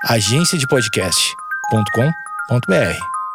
agenciadepodcast.com.br.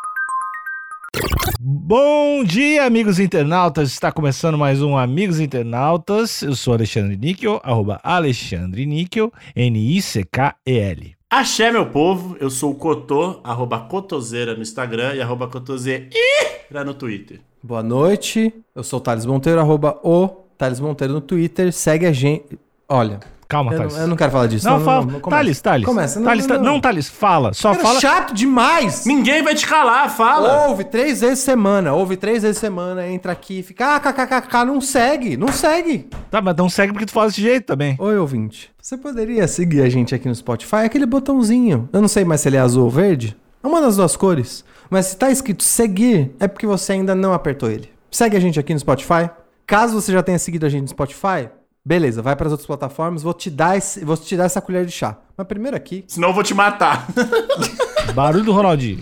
Bom dia, amigos internautas. Está começando mais um Amigos Internautas. Eu sou Alexandre Níquel, @Alexandre Níquel, Nickel. Axé, meu povo, eu sou o Cotô, @Cotoseira no Instagram e @Cotoseira no Twitter. Boa noite, eu sou o Thales Monteiro, @o Thales Monteiro no Twitter. Segue a gente. Olha, Calma, Thales. Eu não quero falar disso. Não, fala. Thales. Começa. Thales, fala. Só Cara, fala. chato demais. Ninguém vai te calar, fala. Ouve 3 vezes semana. Entra aqui e fica kkkk. Não segue. Tá, mas não segue porque tu fala desse jeito também. Oi, ouvinte. Você poderia seguir a gente aqui no Spotify? Aquele botãozinho. Eu não sei mais se ele é azul ou verde. É uma das duas cores. Mas se tá escrito seguir, é porque você ainda não apertou ele. Segue a gente aqui no Spotify. Caso você já tenha seguido a gente no Spotify, beleza, vai para as outras plataformas, vou te dar essa colher de chá. Mas primeiro aqui... Senão eu vou te matar. Barulho do Ronaldinho.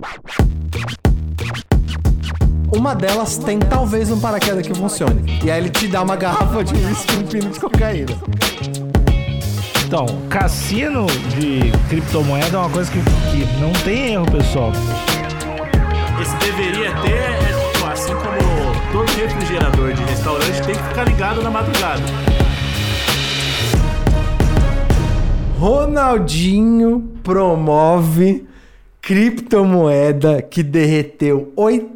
Uma delas tem talvez um paraquedas que funcione. E aí ele te dá uma garrafa de uísque e um pino de cocaína. Então, cassino de criptomoeda é uma coisa que não tem erro, pessoal. Esse deveria ter, assim como todo refrigerador de restaurante, tem que ficar ligado na madrugada. Ronaldinho promove criptomoeda que derreteu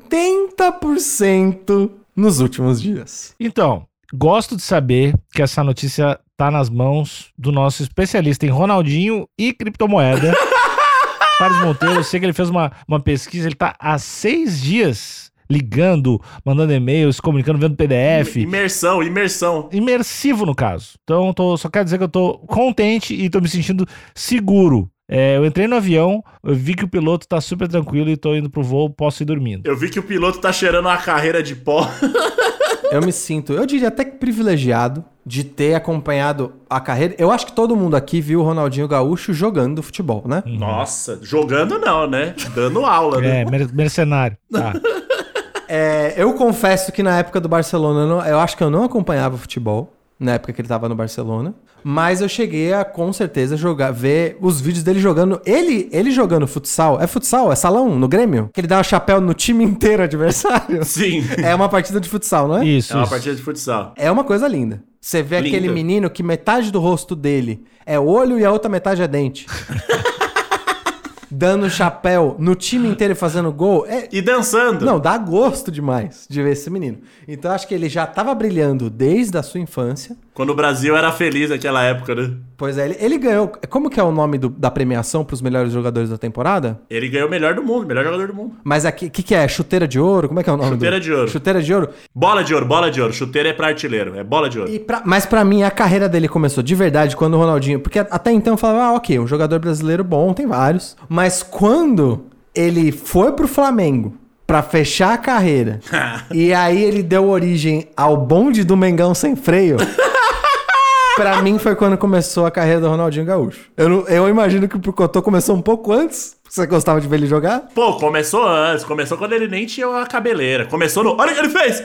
80% nos últimos dias. Então, gosto de saber que essa notícia tá nas mãos do nosso especialista em Ronaldinho e criptomoeda, Thales Monteiro. Eu sei que ele fez uma pesquisa, ele tá há 6 dias ligando, mandando e-mails, se comunicando, vendo PDF. Imersão. Imersivo, no caso. Então, só quero dizer que eu tô contente e tô me sentindo seguro. Eu entrei no avião, eu vi que o piloto tá super tranquilo e tô indo pro voo, posso ir dormindo. Eu vi que o piloto tá cheirando uma carreira de pó. Eu me sinto, eu diria até que privilegiado de ter acompanhado a carreira. Eu acho que todo mundo aqui viu o Ronaldinho Gaúcho jogando futebol, né? Nossa, jogando não, né? Dando aula, né? Mercenário. Tá. Eu confesso que na época do Barcelona, eu acho que eu não acompanhava futebol, na época que ele tava no Barcelona, mas eu cheguei a, com certeza, ver os vídeos dele jogando. Ele jogando futsal. É futsal? É salão no Grêmio? Que ele dá um chapéu no time inteiro adversário? Sim. É uma partida de futsal, não é? Isso. É uma partida de futsal. É uma coisa linda. Você vê aquele menino que metade do rosto dele é olho e a outra metade é dente. Dando chapéu no time inteiro e fazendo gol. E dançando. Não, dá gosto demais de ver esse menino. Então acho que ele já tava brilhando desde a sua infância. Quando o Brasil era feliz naquela época, né? Pois é, ele ganhou... Como que é o nome da premiação pros melhores jogadores da temporada? Ele ganhou o melhor do mundo, melhor jogador do mundo. Mas aqui, o que é? Chuteira de ouro? Como é que é o nome? Chuteira de ouro. Chuteira de ouro? Bola de ouro. Chuteira é pra artilheiro, é bola de ouro. Mas pra mim, a carreira dele começou de verdade quando o Ronaldinho... Porque até então eu falava, ok, um jogador brasileiro bom, tem vários. Mas quando ele foi pro Flamengo pra fechar a carreira, e aí ele deu origem ao bonde do Mengão sem freio... Pra mim foi quando começou a carreira do Ronaldinho Gaúcho. Eu imagino que o Cotô começou um pouco antes. Você gostava de ver ele jogar? Pô, começou antes. Começou quando ele nem tinha a cabeleira. Começou no... Olha o que ele fez!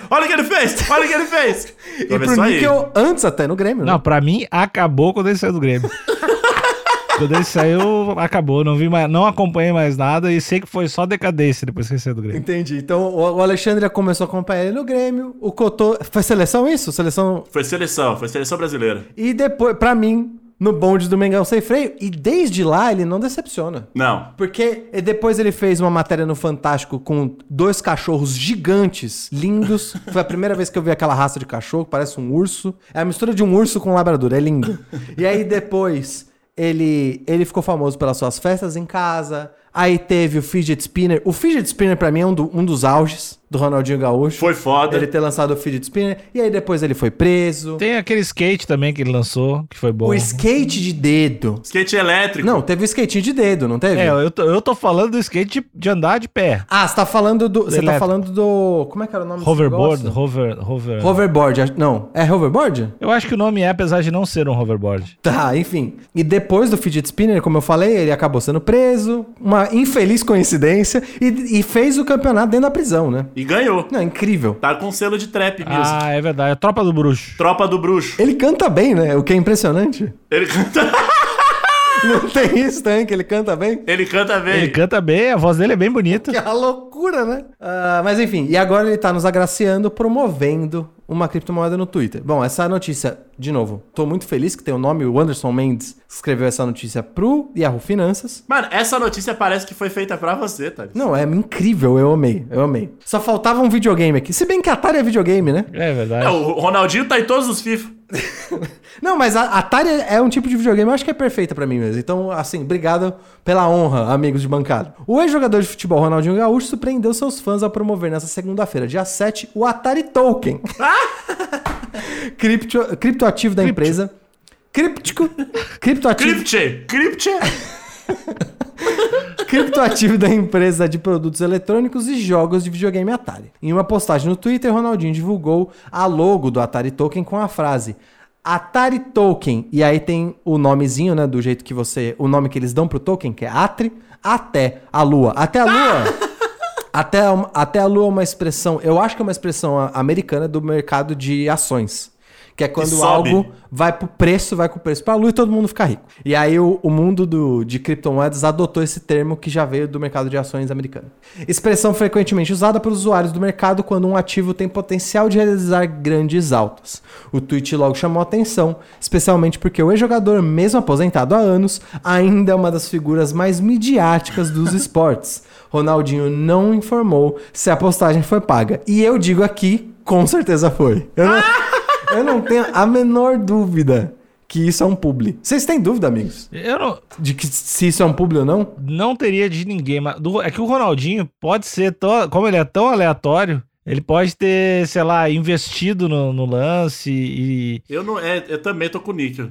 E pro Níquel antes até, no Grêmio. Não, né? pra mim, acabou quando ele saiu do Grêmio. Quando ele saiu, acabou. Não acompanhei mais nada e sei que foi só decadência depois que ele saiu do Grêmio. Entendi. Então o Alexandre começou a acompanhar ele no Grêmio. O Cotô... Foi seleção isso? Foi seleção brasileira. E depois, pra mim, no bonde do Mengão sem freio. E desde lá ele não decepciona. Não. Porque depois ele fez uma matéria no Fantástico com 2 cachorros gigantes, lindos. Foi a primeira vez que eu vi aquela raça de cachorro, parece um urso. É a mistura de um urso com um labrador, é lindo. E aí depois... Ele ficou famoso pelas suas festas em casa. Aí teve o Fidget Spinner. O Fidget Spinner pra mim é um dos auges do Ronaldinho Gaúcho. Foi foda. Ele ter lançado o Fidget Spinner. E aí depois ele foi preso. Tem aquele skate também que ele lançou, que foi bom. O skate de dedo. Skate elétrico. Não, teve o skatinho de dedo, não teve? Eu tô falando do skate de andar de pé. Ah, você tá falando do... Você tá falando do... Como é que era o nome Hoverboard? desse negócio? Hoverboard. Hoverboard. Não, é hoverboard? Eu acho que o nome é, apesar de não ser um hoverboard. Tá, enfim. E depois do Fidget Spinner, como eu falei, ele acabou sendo preso. Uma infeliz coincidência. E fez o campeonato dentro da prisão, né? E ganhou. Não, incrível. Tá com selo de trap music. Ah, é verdade. É Tropa do Bruxo. Tropa do Bruxo. Ele canta bem, né? O que é impressionante. Ele canta... Não tem isso também, que ele canta bem? Ele canta bem. Ele canta bem, a voz dele é bem bonita. Que é uma loucura, né? Mas enfim, e agora ele tá nos agraciando, promovendo uma criptomoeda no Twitter. Bom, essa notícia, de novo, tô muito feliz que tem o nome, o Anderson Mendes escreveu essa notícia pro Yahoo Finanças. Mano, essa notícia parece que foi feita pra você, Thales. Não, é incrível, eu amei. Só faltava um videogame aqui. Se bem que a Atari é videogame, né? É verdade. O Ronaldinho tá em todos os FIFA. Não, mas a Atari é um tipo de videogame, eu acho que é perfeita pra mim mesmo. Então, assim, obrigado pela honra, amigos de bancada. O ex-jogador de futebol Ronaldinho Gaúcho surpreendeu seus fãs ao promover nessa segunda-feira, dia 7, o Atari Token. Criptoativo da empresa. Criptoativo. Criptoativo da empresa de produtos eletrônicos e jogos de videogame Atari. Em uma postagem no Twitter, Ronaldinho divulgou a logo do Atari Token com a frase Atari Token. E aí tem o nomezinho, né, do jeito que você... O nome que eles dão pro token, que é Atri, até a lua. Até a lua... Até a lua é uma expressão... Eu acho que é uma expressão americana do mercado de ações. Que é quando algo vai com o preço pra lua e todo mundo fica rico. E aí o mundo de criptomoedas adotou esse termo que já veio do mercado de ações americano. Expressão frequentemente usada pelos usuários do mercado quando um ativo tem potencial de realizar grandes altas. O tweet logo chamou a atenção, especialmente porque o ex-jogador, mesmo aposentado há anos, ainda é uma das figuras mais midiáticas dos esportes. Ronaldinho não informou se a postagem foi paga. E eu digo aqui, com certeza foi. Eu não tenho a menor dúvida que isso é um publi. Vocês têm dúvida, amigos? Eu não... De que se isso é um publi ou não? Não teria de ninguém, mas é que o Ronaldinho pode ser, como ele é tão aleatório, ele pode ter, sei lá, investido no lance e... Eu também tô com o níquel.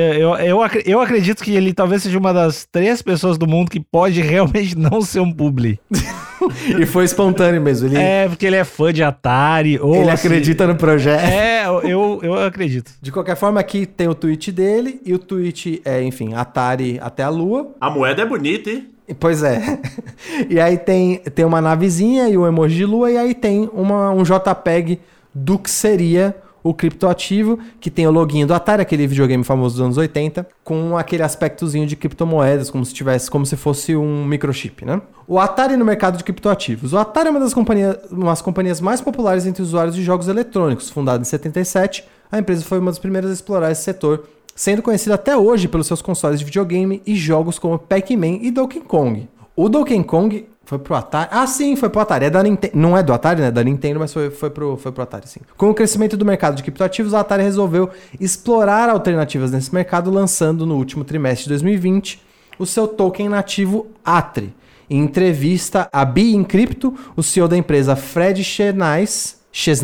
Eu acredito que ele talvez seja uma das 3 pessoas do mundo que pode realmente não ser um publi. E foi espontâneo mesmo. Porque ele é fã de Atari. Ele acredita no projeto. Eu acredito. De qualquer forma, aqui tem o tweet dele. E o tweet é, enfim, Atari até a lua. A moeda é bonita, hein? Pois é. E aí tem uma navezinha e o emoji de lua. E aí tem um JPEG do que seria o criptoativo, que tem o login do Atari, aquele videogame famoso dos anos 80, com aquele aspectozinho de criptomoedas, como se fosse um microchip, né? O Atari no mercado de criptoativos. O Atari é uma das companhias mais populares entre os usuários de jogos eletrônicos. Fundada em 77, a empresa foi uma das primeiras a explorar esse setor, sendo conhecida até hoje pelos seus consoles de videogame e jogos como Pac-Man e Donkey Kong. O Donkey Kong foi pro Atari? Ah, sim, foi pro Atari. Não é do Atari, né? É da Nintendo, mas foi pro Atari, sim. Com o crescimento do mercado de criptoativos, a Atari resolveu explorar alternativas nesse mercado, lançando no último trimestre de 2020 o seu token nativo Atri. Em entrevista a Be Encrypto, o CEO da empresa, Fred Chenais,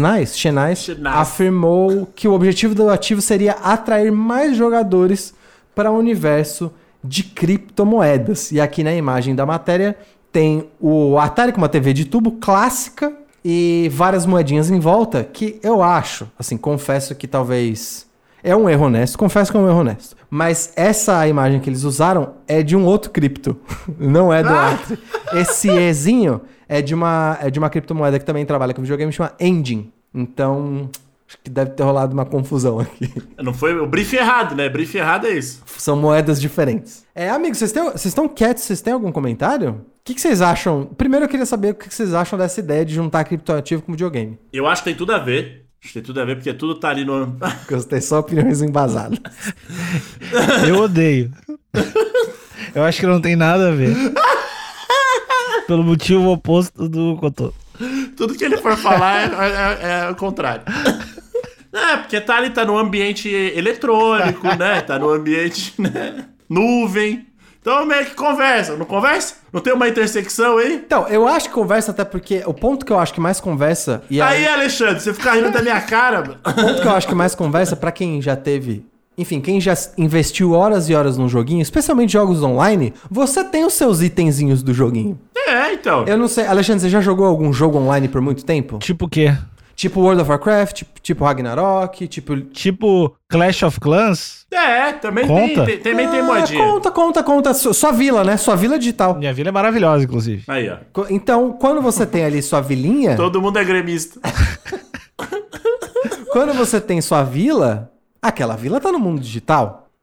afirmou que o objetivo do ativo seria atrair mais jogadores para o universo de criptomoedas. E aqui na imagem da matéria tem o Atari com uma TV de tubo clássica e várias moedinhas em volta, que eu acho, assim, confesso que talvez é um erro honesto, mas essa imagem que eles usaram é de um outro cripto, não é do Atari. Esse Ezinho é de uma criptomoeda que também trabalha com videogame, chama Engine. Então, acho que deve ter rolado uma confusão aqui. Não foi o brief errado, né? Brief errado é isso. São moedas diferentes. Amigos, vocês estão quietos? Vocês têm algum comentário? O que vocês acham? Primeiro eu queria saber o que vocês acham dessa ideia de juntar criptoativo com videogame. Eu acho que tem tudo a ver. Porque tudo tá ali no... Gostei, só opiniões embasadas. Eu odeio. Eu acho que não tem nada a ver. Pelo motivo oposto do Cotô. Tudo que ele for falar é o contrário. Porque tá ali, tá no ambiente eletrônico, né? Tá no ambiente, né? Nuvem. Então meio que conversa, não conversa? Não tem uma intersecção aí? Então, eu acho que conversa até porque o ponto que eu acho que mais conversa... Aí, Alexandre, você fica rindo da minha cara, mano. O ponto que eu acho que mais conversa pra quem já teve... Enfim, quem já investiu horas e horas num joguinho, especialmente jogos online, você tem os seus itenzinhos do joguinho. Então. Eu não sei, Alexandre, você já jogou algum jogo online por muito tempo? Tipo o quê? Tipo World of Warcraft, tipo Ragnarok, tipo Clash of Clans? Também conta? Também tem moedinha. Conta. Sua vila, né? Sua vila digital. Minha vila é maravilhosa, inclusive. Aí, ó. Então, quando você tem ali sua vilinha... Todo mundo é gremista. Quando você tem sua vila, aquela vila tá no mundo digital.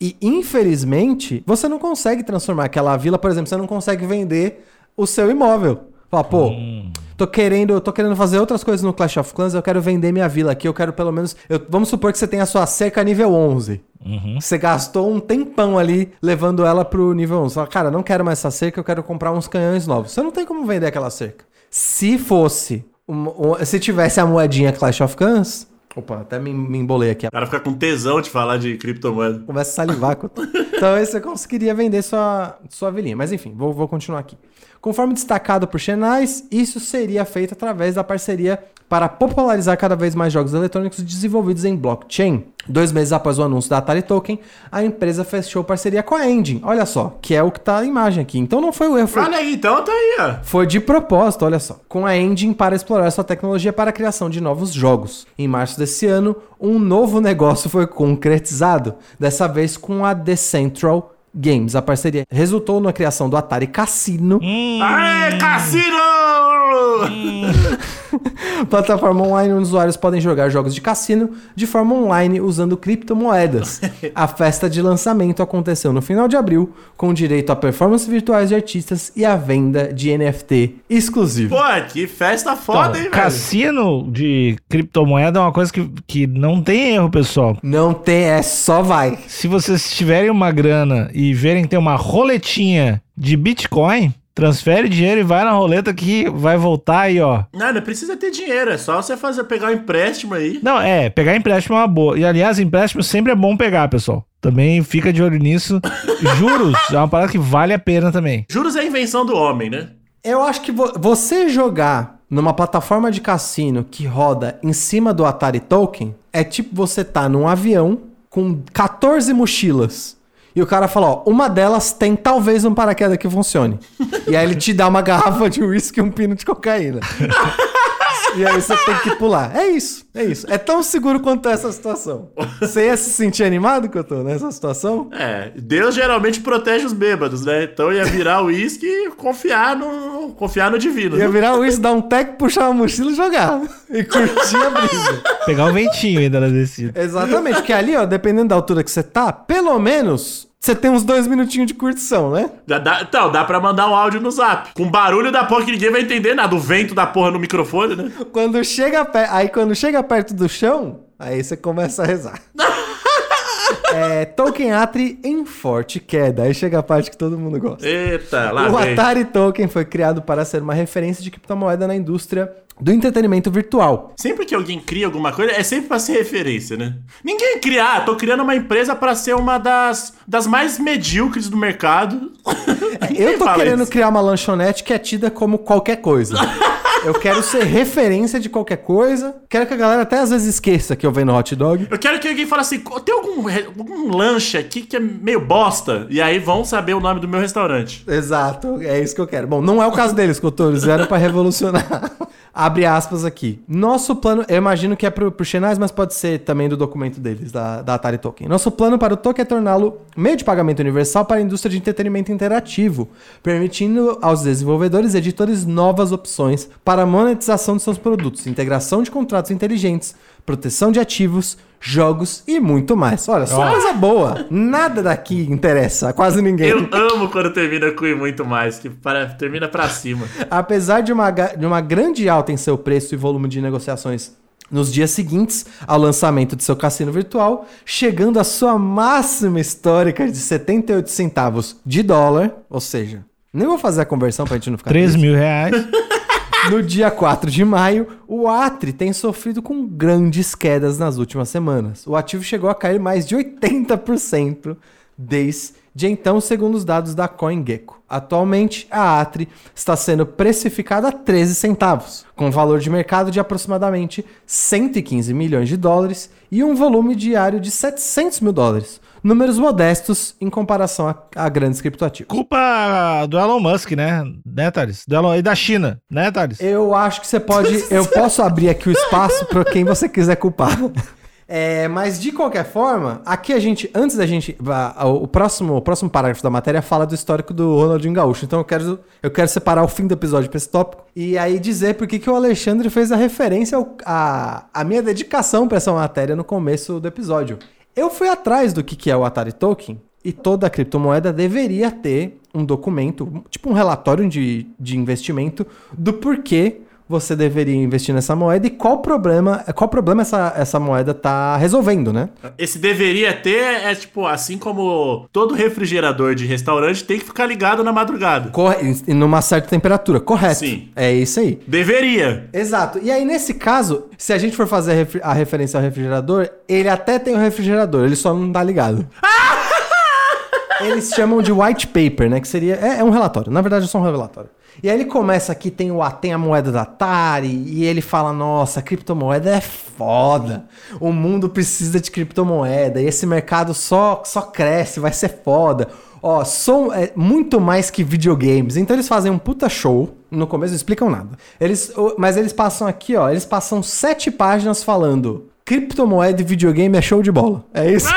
E, infelizmente, você não consegue transformar aquela vila, por exemplo, você não consegue vender o seu imóvel. Fala, pô, tô querendo fazer outras coisas no Clash of Clans, eu quero vender minha vila aqui, eu quero pelo menos... vamos supor que você tem a sua cerca nível 11. Você gastou um tempão ali levando ela pro nível 11. Você fala, cara, não quero mais essa cerca, eu quero comprar uns canhões novos. Você não tem como vender aquela cerca. Se fosse... se tivesse a moedinha Clash of Clans... Opa, até me embolei aqui. O cara fica com tesão de falar de criptomoeda. Começa a salivar. Então aí você conseguiria vender sua vilinha. Mas enfim, vou continuar aqui. Conforme destacado por Xenais, isso seria feito através da parceria para popularizar cada vez mais jogos eletrônicos desenvolvidos em blockchain. 2 meses após o anúncio da Atari Token, a empresa fechou parceria com a Engine. Olha só, que é o que tá na imagem aqui. Então não foi o erro. Olha aí, então tá aí, ó. Foi de propósito, olha só. Com a Engine para explorar sua tecnologia para a criação de novos jogos. Em março desse ano, um novo negócio foi concretizado. Dessa vez com a Decentral Games. A parceria resultou na criação do Atari Cassino. Aê, Cassino! Plataforma online onde usuários podem jogar jogos de cassino de forma online usando criptomoedas. A festa de lançamento aconteceu no final de abril, com direito a performances virtuais de artistas e a venda de NFT exclusivo. Pô, que festa foda, hein, velho? Cassino de criptomoeda é uma coisa que não tem erro, pessoal. Não tem, só vai. Se vocês tiverem uma grana e verem que tem uma roletinha de Bitcoin, transfere dinheiro e vai na roleta que vai voltar aí, ó. Não precisa ter dinheiro, é só você pegar um empréstimo aí. Não, pegar empréstimo é uma boa. E, aliás, empréstimo sempre é bom pegar, pessoal. Também fica de olho nisso. Juros é uma parada que vale a pena também. Juros é a invenção do homem, né? Eu acho que você jogar numa plataforma de cassino que roda em cima do Atari Token é tipo você tá num avião com 14 mochilas. E o cara fala, ó, uma delas tem talvez um paraquedas que funcione. E aí ele te dá uma garrafa de uísque e um pino de cocaína. E aí você tem que pular. É isso. É tão seguro quanto essa situação. Você ia se sentir animado que eu tô nessa situação? Deus geralmente protege os bêbados, né? Então ia virar o uísque e confiar no divino. Ia virar o uísque, dar um tec, puxar uma mochila e jogar. E curtir a brisa. Pegar um ventinho ainda na descida. Exatamente, porque ali, ó, dependendo da altura que você tá, pelo menos... Você tem uns 2 minutinhos de curtição, né? Então, dá pra mandar um áudio no zap. Com barulho da porra que ninguém vai entender nada. O vento da porra no microfone, né? Quando chega perto do chão, aí você começa a rezar. Token Atari em forte queda. Aí chega a parte que todo mundo gosta. Eita, lá O vem. Atari Token foi criado para ser uma referência de criptomoeda na indústria do entretenimento virtual. Sempre que alguém cria alguma coisa, é sempre pra ser referência, né? Ninguém cria, tô criando uma empresa pra ser uma das mais medíocres do mercado. Eu tô querendo criar uma lanchonete que é tida como qualquer coisa. Eu quero ser referência de qualquer coisa. Quero que a galera até às vezes esqueça que eu venho no hot dog. Eu quero que alguém fale assim, tem algum lanche aqui que é meio bosta? E aí vão saber o nome do meu restaurante. Exato, é isso que eu quero. Bom, não é o caso deles, Couto, eles vieram pra revolucionar. Abre aspas aqui. Nosso plano, eu imagino que é pro Xenais, mas pode ser também do documento deles, da Atari Token. Nosso plano para o Token é torná-lo meio de pagamento universal para a indústria de entretenimento interativo, permitindo aos desenvolvedores e editores novas opções para a monetização de seus produtos, integração de contratos inteligentes, proteção de ativos, jogos e muito mais. Olha, só coisa boa. Nada daqui interessa a quase ninguém. Eu amo quando termina com e muito mais, que termina pra cima. Apesar de uma grande alta em seu preço e volume de negociações nos dias seguintes ao lançamento de seu cassino virtual, chegando à sua máxima histórica de 78 centavos de dólar, ou seja, nem vou fazer a conversão pra gente não ficar 3 mil reais. No dia 4 de maio, o Atari tem sofrido com grandes quedas nas últimas semanas. O ativo chegou a cair mais de 80% desde então, segundo os dados da CoinGecko. Atualmente, a Atari está sendo precificada a 13 centavos, com valor de mercado de aproximadamente 115 milhões de dólares e um volume diário de 700 mil dólares. Números modestos em comparação a grandes criptoativos. Culpa do Elon Musk, né? Thales? E da China, né, Thales? Eu acho que você pode... Eu posso abrir aqui o espaço para quem você quiser culpar. Mas de qualquer forma, aqui antes da gente... O próximo parágrafo da matéria fala do histórico do Ronaldinho Gaúcho. Então eu quero separar o fim do episódio para esse tópico e aí dizer por que o Alexandre fez a referência à minha dedicação para essa matéria no começo do episódio. Eu fui atrás do que é o Atari Token e toda criptomoeda deveria ter um documento, tipo um relatório de investimento do porquê você deveria investir nessa moeda e qual problema essa moeda tá resolvendo, né? Esse deveria ter é tipo, assim como todo refrigerador de restaurante tem que ficar ligado na madrugada. E numa certa temperatura, correto. Sim. É isso aí. Deveria. Exato. E aí, nesse caso, se a gente for fazer a referência ao refrigerador, ele até tem um refrigerador, ele só não tá ligado. Eles chamam de white paper, né? Que seria... É um relatório. Na verdade, é só um relatório. E aí ele começa aqui, tem a moeda da Atari, e ele fala, nossa, a criptomoeda é foda. O mundo precisa de criptomoeda, e esse mercado só cresce, vai ser foda. Ó, é muito mais que videogames. Então eles fazem um puta show. No começo não explicam nada. Mas eles passam aqui, ó, eles passam 7 páginas falando criptomoeda e videogame é show de bola. É isso.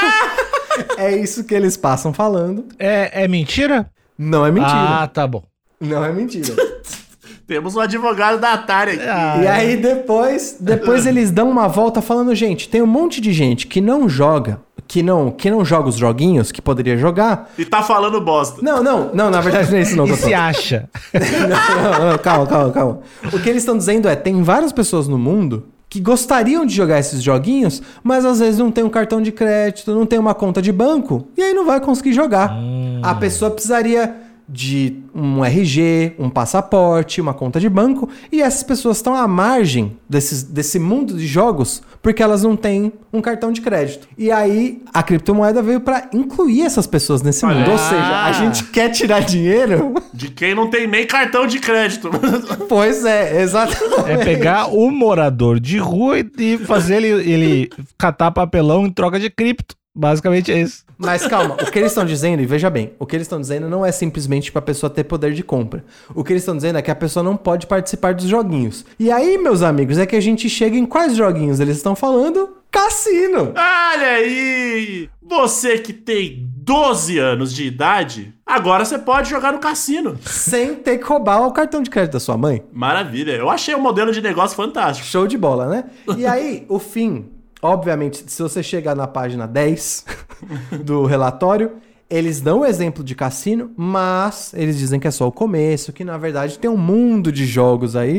É isso que eles passam falando. É mentira? Não é mentira. Ah, tá bom. Não é mentira. Temos um advogado da Atari aqui. E aí depois eles dão uma volta falando, gente, tem um monte de gente que não joga, que não joga os joguinhos que poderia jogar. E tá falando bosta. Não, na verdade não é isso não. E se acha? Não, calma. O que eles estão dizendo é, tem várias pessoas no mundo que gostariam de jogar esses joguinhos, mas às vezes não tem um cartão de crédito, não tem uma conta de banco, e aí não vai conseguir jogar. A pessoa precisaria de um RG, um passaporte, uma conta de banco, e essas pessoas estão à margem desse mundo de jogos porque elas não têm um cartão de crédito. E aí a criptomoeda veio para incluir essas pessoas nesse mundo. Ou seja, a gente quer tirar dinheiro de quem não tem nem cartão de crédito. Pois é, exatamente. É pegar o morador de rua e fazer ele catar papelão em troca de cripto. Basicamente é isso. Mas calma, o que eles estão dizendo, e veja bem, o que eles estão dizendo não é simplesmente pra pessoa ter poder de compra. O que eles estão dizendo é que a pessoa não pode participar dos joguinhos. E aí, meus amigos, é que a gente chega em quais joguinhos eles estão falando? Cassino! Olha aí! Você que tem 12 anos de idade, agora você pode jogar no cassino. Sem ter que roubar o cartão de crédito da sua mãe. Maravilha. Eu achei um modelo de negócio fantástico. Show de bola, né? E aí, o fim... Obviamente, se você chegar na página 10 do relatório, eles dão o exemplo de cassino, mas eles dizem que é só o começo, que na verdade tem um mundo de jogos aí.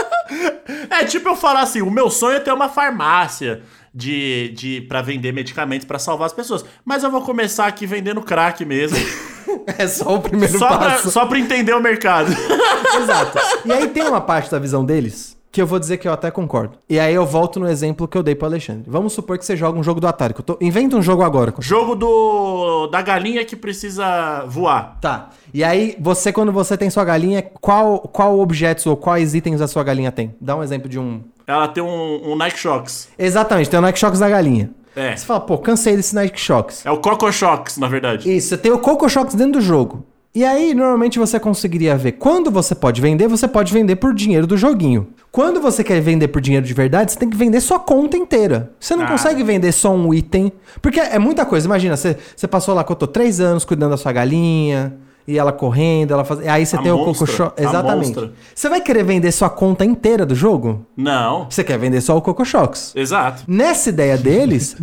É tipo eu falar assim, o meu sonho é ter uma farmácia pra vender medicamentos pra salvar as pessoas. Mas eu vou começar aqui vendendo crack mesmo. É só o primeiro passo. Só pra entender o mercado. Exato. E aí tem uma parte da visão deles que eu vou dizer que eu até concordo. E aí eu volto no exemplo que eu dei pro Alexandre. Vamos supor que você joga um jogo do Atari. Inventa um jogo agora. Jogo da galinha que precisa voar. Tá. E aí, quando você tem sua galinha, qual objetos ou quais itens a sua galinha tem? Dá um exemplo de um... Ela tem um Nike Shox. Exatamente, tem o Nike Shox da galinha. É. Você fala, pô, cansei desse Nike Shox. É o Coco Shox, na verdade. Isso, você tem o Coco Shox dentro do jogo. E aí, normalmente você conseguiria ver quando você pode vender por dinheiro do joguinho. Quando você quer vender por dinheiro de verdade, você tem que vender sua conta inteira. Você não consegue vender só um item. Porque é muita coisa. Imagina, você passou lá, contou 3 anos cuidando da sua galinha, e ela correndo, aí você tem o Coco Shox. Exatamente. Você vai querer vender sua conta inteira do jogo? Não. Você quer vender só o Coco Shox. Exato. Nessa ideia deles,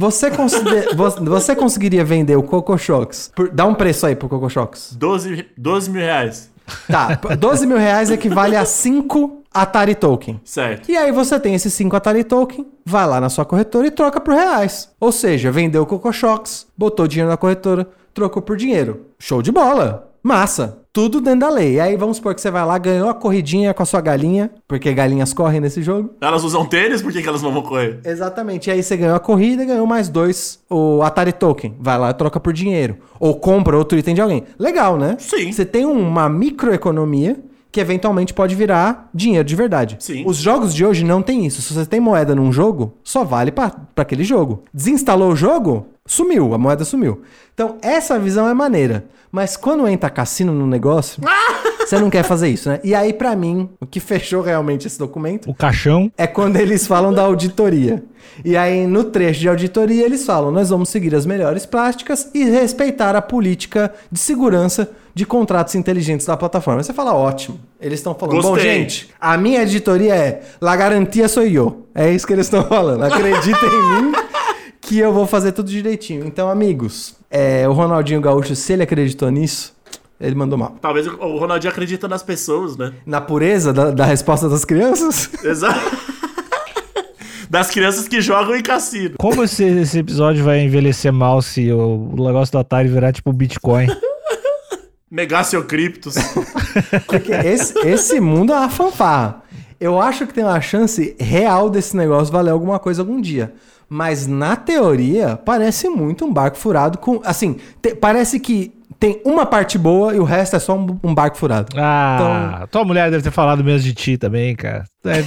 você conseguiria vender o Coco Shox. Dá um preço aí pro Coco Shox. 12 mil reais. Tá, 12 mil reais equivale a 5 Atari Token. Certo. E aí você tem esses 5 Atari Token, vai lá na sua corretora e troca por reais. Ou seja, vendeu o Coco Shox, botou dinheiro na corretora, trocou por dinheiro. Show de bola! Massa! Tudo dentro da lei. E aí vamos supor que você vai lá, ganhou a corridinha com a sua galinha, porque galinhas correm nesse jogo. Elas usam tênis, por que elas não vão correr? Exatamente. E aí você ganhou a corrida e ganhou mais 2 o Atari Token. Vai lá e troca por dinheiro. Ou compra outro item de alguém. Legal, né? Sim. Você tem uma microeconomia que eventualmente pode virar dinheiro de verdade. Sim. Os jogos de hoje não tem isso. Se você tem moeda num jogo, só vale pra aquele jogo. Desinstalou o jogo, sumiu, a moeda sumiu. Então, essa visão é maneira. Mas quando entra cassino no negócio, você não quer fazer isso, né? E aí, pra mim, o que fechou realmente esse documento... O caixão. É quando eles falam da auditoria. E aí, no trecho de auditoria, eles falam, nós vamos seguir as melhores práticas e respeitar a política de segurança de contratos inteligentes da plataforma. Você fala, ótimo. Eles estão falando, Gostei. Bom, gente, a minha editoria é La garantia sou eu. É isso que eles estão falando. Acredita em mim que eu vou fazer tudo direitinho. Então, amigos, o Ronaldinho Gaúcho, se ele acreditou nisso, ele mandou mal. Talvez o Ronaldinho acredita nas pessoas, né? Na pureza da resposta das crianças? Exato. Das crianças que jogam em cassino. Como esse episódio vai envelhecer mal se o negócio do Atari virar tipo Bitcoin? Negar seu criptos. Porque esse mundo é uma fanfarra. Eu acho que tem uma chance real desse negócio valer alguma coisa algum dia. Mas na teoria, parece muito um barco furado com... Assim, parece que tem uma parte boa e o resto é só um barco furado. Ah, tua mulher deve ter falado mesmo de ti também, cara.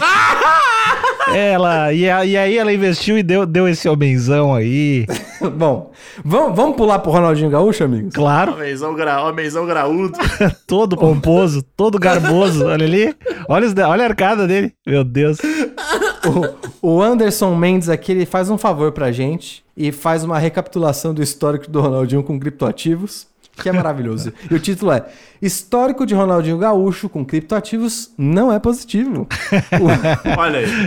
E aí ela investiu e deu esse homenzão aí. Bom, vamos pular pro Ronaldinho Gaúcho, amigos? Claro. Homenzão graúdo. Todo pomposo, todo garboso. Olha ali. Olha a arcada dele. Meu Deus. O Anderson Mendes aqui, ele faz um favor pra gente e faz uma recapitulação do histórico do Ronaldinho com criptoativos, que é maravilhoso. E o título é: Histórico de Ronaldinho Gaúcho com criptoativos não é positivo. Olha aí.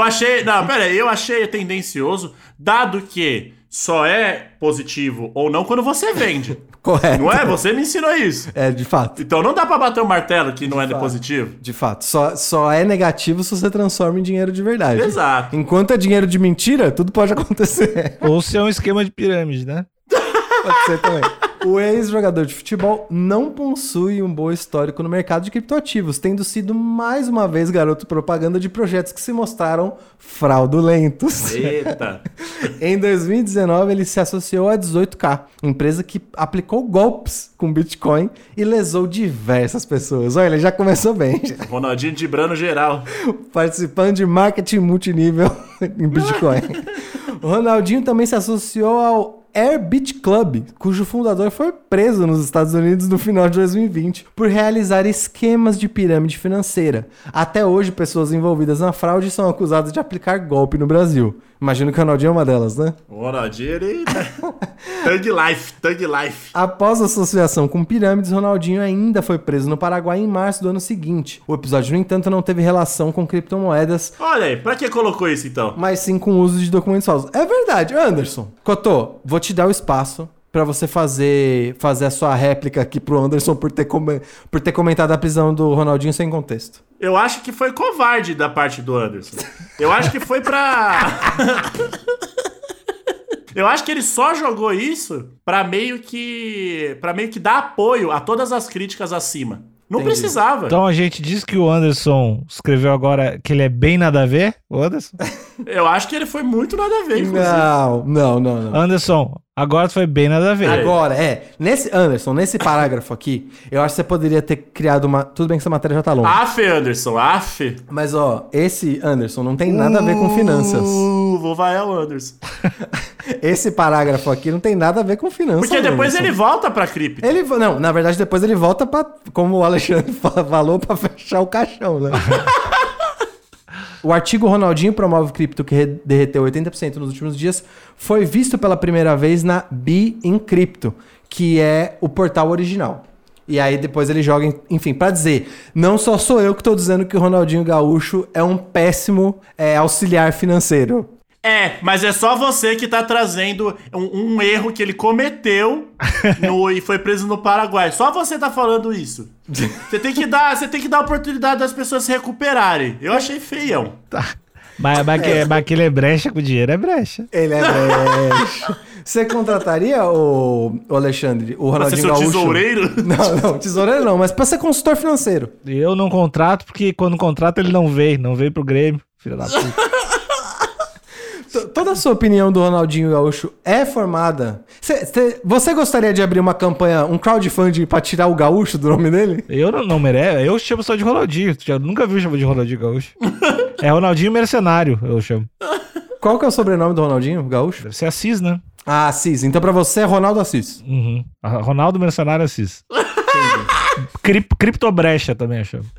Eu achei tendencioso, dado que só é positivo ou não quando você vende. Correto. Não é? Você me ensinou isso. É, de fato. Então não dá pra bater o martelo que não é positivo. De fato. Só é negativo se você transforma em dinheiro de verdade. Exato. Enquanto é dinheiro de mentira, tudo pode acontecer. Ou se é um esquema de pirâmide, né? Pode ser também. O ex-jogador de futebol não possui um bom histórico no mercado de criptoativos, tendo sido mais uma vez garoto propaganda de projetos que se mostraram fraudulentos. Eita. Em 2019, ele se associou à 18K, empresa que aplicou golpes com Bitcoin e lesou diversas pessoas. Olha, ele já começou bem. Ronaldinho de brano geral. Participando de marketing multinível em Bitcoin. O Ronaldinho também se associou ao Airbit Club, cujo fundador foi preso nos Estados Unidos no final de 2020 por realizar esquemas de pirâmide financeira. Até hoje, pessoas envolvidas na fraude são acusadas de aplicar golpe no Brasil. Imagino que o Ronaldinho é uma delas, né? O Ronaldinho, ele... Thug life. Após a associação com pirâmides, Ronaldinho ainda foi preso no Paraguai em março do ano seguinte. O episódio, no entanto, não teve relação com criptomoedas. Olha aí, pra que colocou isso então? Mas sim com o uso de documentos falsos. É verdade, Anderson. Cotô, vou te dar o espaço pra você fazer a sua réplica aqui pro Anderson por ter comentado a prisão do Ronaldinho sem contexto. Eu acho que foi covarde da parte do Anderson. Eu acho que foi pra... Eu acho que ele só jogou isso pra meio que dar apoio a todas as críticas acima. Não Entendi. Precisava. Então a gente diz que o Anderson escreveu agora que ele é bem nada a ver, o Anderson? Eu acho que ele foi muito nada a ver, inclusive. Não. Anderson, agora foi bem nada a ver. Agora, nesse parágrafo aqui, eu acho que você poderia ter criado uma... Tudo bem que essa matéria já tá longa. Anderson, Mas, esse Anderson não tem nada a ver com finanças. Vou vaiar o Anderson. Esse parágrafo aqui não tem nada a ver com finanças. Porque depois Anderson. ele volta pra cripto. Não, na verdade, depois ele volta pra, como o Alexandre falou, pra fechar o caixão, né? O artigo Ronaldinho promove cripto que derreteu 80% nos últimos dias foi visto pela primeira vez na Be in Crypto, que é o portal original. E aí depois ele joga, enfim, pra dizer, não só sou eu que tô dizendo que o Ronaldinho Gaúcho é um péssimo auxiliar financeiro. Mas é só você que tá trazendo um erro que ele cometeu e foi preso no Paraguai. Só você tá falando isso. Você tem que dar a oportunidade das pessoas se recuperarem. Eu achei feião. Tá. Mas que ele é brecha com dinheiro, é brecha. Ele é brecha. Você contrataria, o Alexandre, o Ronaldinho Gaúcho? Pra ser seu tesoureiro? Não, tesoureiro não, mas pra ser consultor financeiro. Eu não contrato, porque quando contrato ele não veio pro Grêmio, filho da puta. Toda a sua opinião do Ronaldinho Gaúcho é formada... Você gostaria de abrir uma campanha, um crowdfunding pra tirar o Gaúcho do nome dele? Eu não mereço, eu chamo só de Ronaldinho. Eu nunca vi chamar de Ronaldinho Gaúcho. É Ronaldinho Mercenário, eu chamo. Qual que é o sobrenome do Ronaldinho Gaúcho? Deve ser Assis, né? Ah, Assis. Então pra você é Ronaldo Assis. Uhum. Ronaldo Mercenário Assis. Criptobrecha também, eu chamo.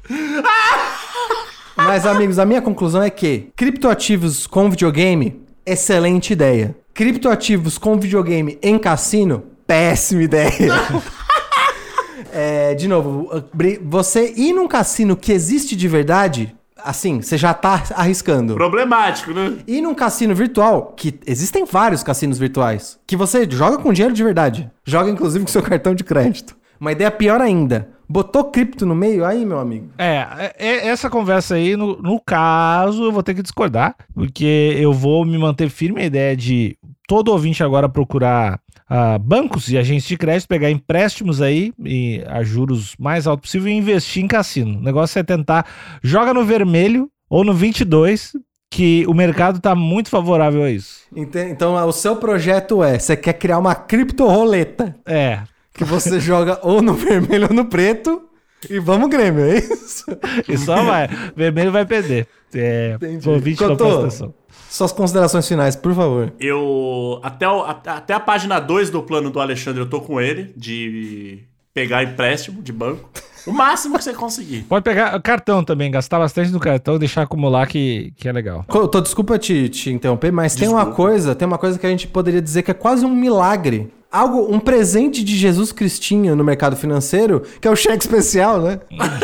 Mas, amigos, a minha conclusão é que criptoativos com videogame, excelente ideia. Criptoativos com videogame em cassino, péssima ideia. De novo, você ir num cassino que existe de verdade, assim, você já tá arriscando. Problemático, né? E num cassino virtual, que existem vários cassinos virtuais, que você joga com dinheiro de verdade. Joga inclusive com seu cartão de crédito. Uma ideia pior ainda. Botou cripto no meio aí, meu amigo? Essa conversa aí, no caso, eu vou ter que discordar, porque eu vou me manter firme a ideia de todo ouvinte agora procurar bancos e agentes de crédito, pegar empréstimos aí e a juros mais altos possível e investir em cassino. O negócio é tentar, joga no vermelho ou no 22, que o mercado tá muito favorável a isso. Então, o seu projeto você quer criar uma criptoroleta. Que você joga ou no vermelho ou no preto e vamos Grêmio, é isso? E só vai. Vermelho vai perder. Entendi. O ouvinte não presta atenção. Suas considerações finais, por favor. Eu, até a página 2 do plano do Alexandre, eu tô com ele, de pegar empréstimo de banco. O máximo que você conseguir. Pode pegar cartão também, gastar bastante no cartão, deixar acumular que é legal. Desculpa te interromper, mas tem uma coisa que a gente poderia dizer que é quase um milagre. Um presente de Jesus Cristinho no mercado financeiro, que é o cheque especial, né?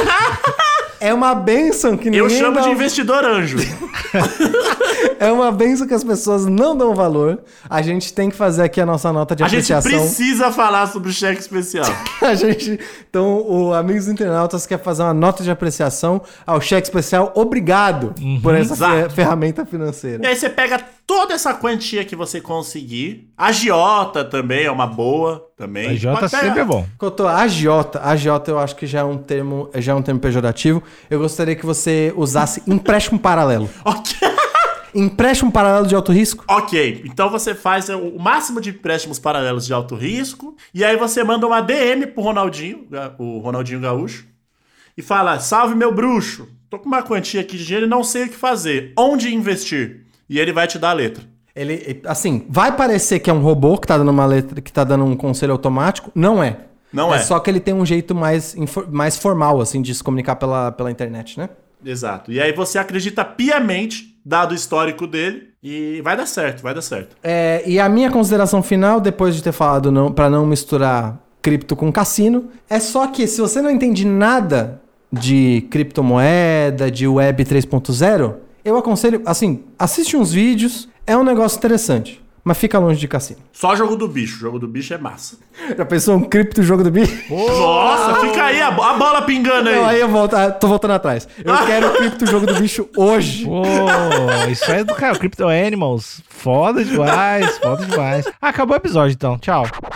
É uma bênção que ninguém Eu chamo de investidor anjo. É uma bênção que as pessoas não dão valor. A gente tem que fazer aqui a nossa nota de apreciação. A gente precisa falar sobre o cheque especial. Então, o Amigos Internautas quer fazer uma nota de apreciação ao cheque especial. Obrigado por essa ferramenta financeira. E aí você pega toda essa quantia que você conseguir. Agiota também é uma boa. Também. Agiota sempre é bom. Cotô, agiota eu acho que já é um termo pejorativo. Eu gostaria que você usasse empréstimo paralelo. Ok. Empréstimo paralelo de alto risco? Ok, então você faz o máximo de empréstimos paralelos de alto risco e aí você manda uma DM pro Ronaldinho, o Ronaldinho Gaúcho, e fala, salve meu bruxo, tô com uma quantia aqui de dinheiro e não sei o que fazer, onde investir? E ele vai te dar a letra. Ele, assim, vai parecer que é um robô que tá dando uma letra, que tá dando um conselho automático, não é. Não é. É só que ele tem um jeito mais formal, assim, de se comunicar pela internet, né? Exato. E aí você acredita piamente, dado o histórico dele, e vai dar certo, vai dar certo. E a minha consideração final, depois de ter falado pra não misturar cripto com cassino, é só que se você não entende nada de criptomoeda, de web 3.0, eu aconselho, assim, assiste uns vídeos, é um negócio interessante. Mas fica longe de cassino. Só jogo do bicho. Jogo do bicho é massa. Já pensou um cripto jogo do bicho? Nossa, fica aí a bola pingando aí. Não, aí eu tô voltando atrás. Eu quero o cripto jogo do bicho hoje. Isso é do cara. Crypto Animals. Foda demais, foda demais. Acabou o episódio então. Tchau.